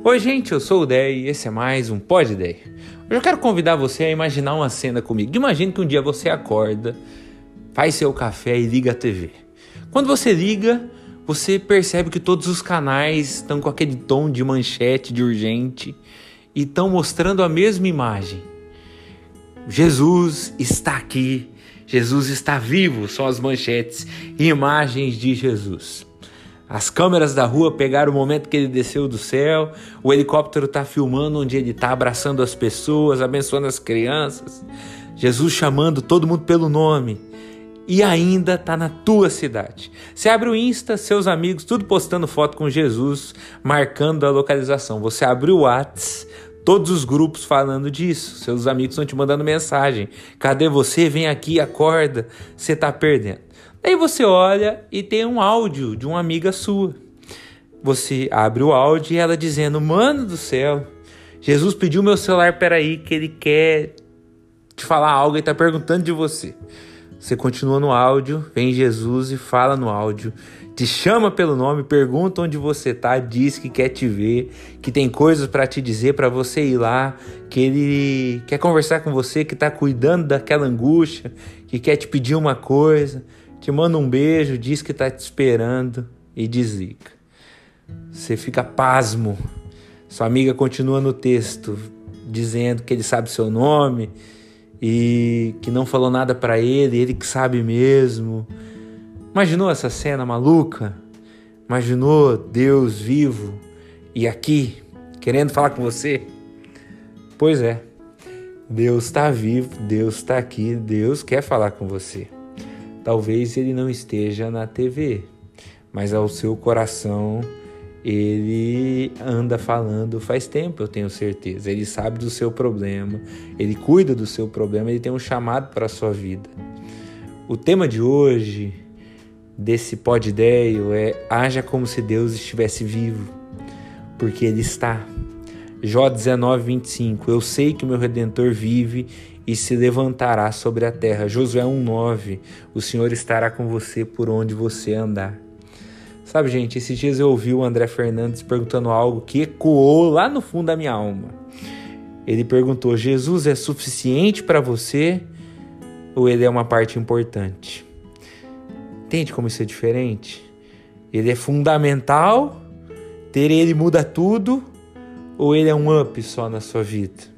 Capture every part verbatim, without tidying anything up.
Oi gente, eu sou o Dé e esse é mais um Pod Dé. Hoje eu quero convidar você a imaginar uma cena comigo. Imagine que um dia você acorda, faz seu café e liga a T V. Quando você liga, você percebe que todos os canais estão com aquele tom de manchete, de urgente, e estão mostrando a mesma imagem. Jesus está aqui, Jesus está vivo, são as manchetes e imagens de Jesus. As câmeras da rua pegaram o momento que ele desceu do céu, o helicóptero está filmando onde ele está abraçando as pessoas, abençoando as crianças, Jesus chamando todo mundo pelo nome e ainda está na tua cidade. Você abre o Insta, seus amigos, tudo postando foto com Jesus, marcando a localização. Você abre o WhatsApp, todos os grupos falando disso, seus amigos estão te mandando mensagem. Cadê você? Vem aqui, acorda, você está perdendo. Daí você olha e tem um áudio de uma amiga sua. Você abre o áudio e ela dizendo: mano do céu, Jesus pediu meu celular, peraí, que ele quer te falar algo e está perguntando de você. Você continua no áudio, vem Jesus e fala no áudio, te chama pelo nome, pergunta onde você está, diz que quer te ver, que tem coisas para te dizer, para você ir lá, que ele quer conversar com você, que está cuidando daquela angústia, que quer te pedir uma coisa, te manda um beijo, diz que está te esperando e desliga. Você fica pasmo. Sua amiga continua no texto, dizendo que ele sabe seu nome e que não falou nada para ele, ele que sabe mesmo. Imaginou essa cena maluca? Imaginou Deus vivo e aqui, querendo falar com você? Pois é, Deus está vivo, Deus está aqui, Deus quer falar com você. Talvez ele não esteja na T V, mas ao seu coração ele anda falando faz tempo, eu tenho certeza. Ele sabe do seu problema, ele cuida do seu problema, ele tem um chamado para a sua vida. O tema de hoje, desse Pod Déio, é: haja como se Deus estivesse vivo, porque ele está. Jó dezenove, vinte e cinco, eu sei que o meu Redentor vive e se levantará sobre a terra. Josué um, nove, o Senhor estará com você por onde você andar. Sabe, gente, esses dias eu ouvi o André Fernandes perguntando algo que ecoou lá no fundo da minha alma. Ele perguntou: Jesus é suficiente para você ou ele é uma parte importante? Entende como isso é diferente? Ele é fundamental, ter ele muda tudo, ou ele é um up só na sua vida?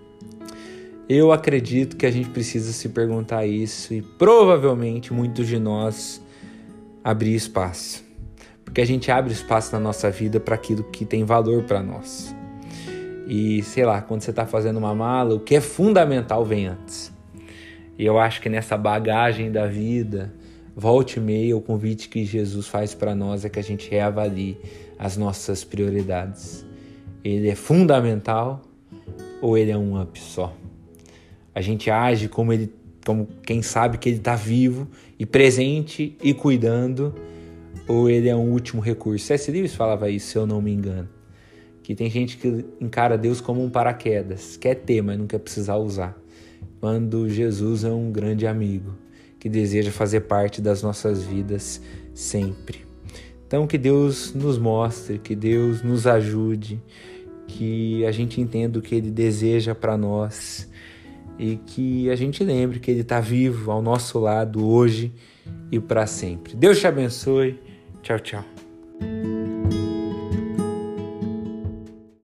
Eu acredito que a gente precisa se perguntar isso e provavelmente muitos de nós abrir espaço. Porque a gente abre espaço na nossa vida para aquilo que tem valor para nós. E sei lá, quando você está fazendo uma mala, o que é fundamental vem antes. E eu acho que nessa bagagem da vida, volte e meia, o convite que Jesus faz para nós é que a gente reavalie as nossas prioridades. Ele é fundamental ou ele é um up só? A gente age como, ele, como quem sabe que ele está vivo e presente e cuidando, ou ele é um último recurso? C S Lewis falava isso, se eu não me engano. Que tem gente que encara Deus como um paraquedas, quer ter, mas não quer precisar usar. Quando Jesus é um grande amigo, que deseja fazer parte das nossas vidas sempre. Então que Deus nos mostre, que Deus nos ajude, que a gente entenda o que Ele deseja para nós e que a gente lembre que Ele está vivo ao nosso lado hoje e para sempre. Deus te abençoe. Tchau, tchau.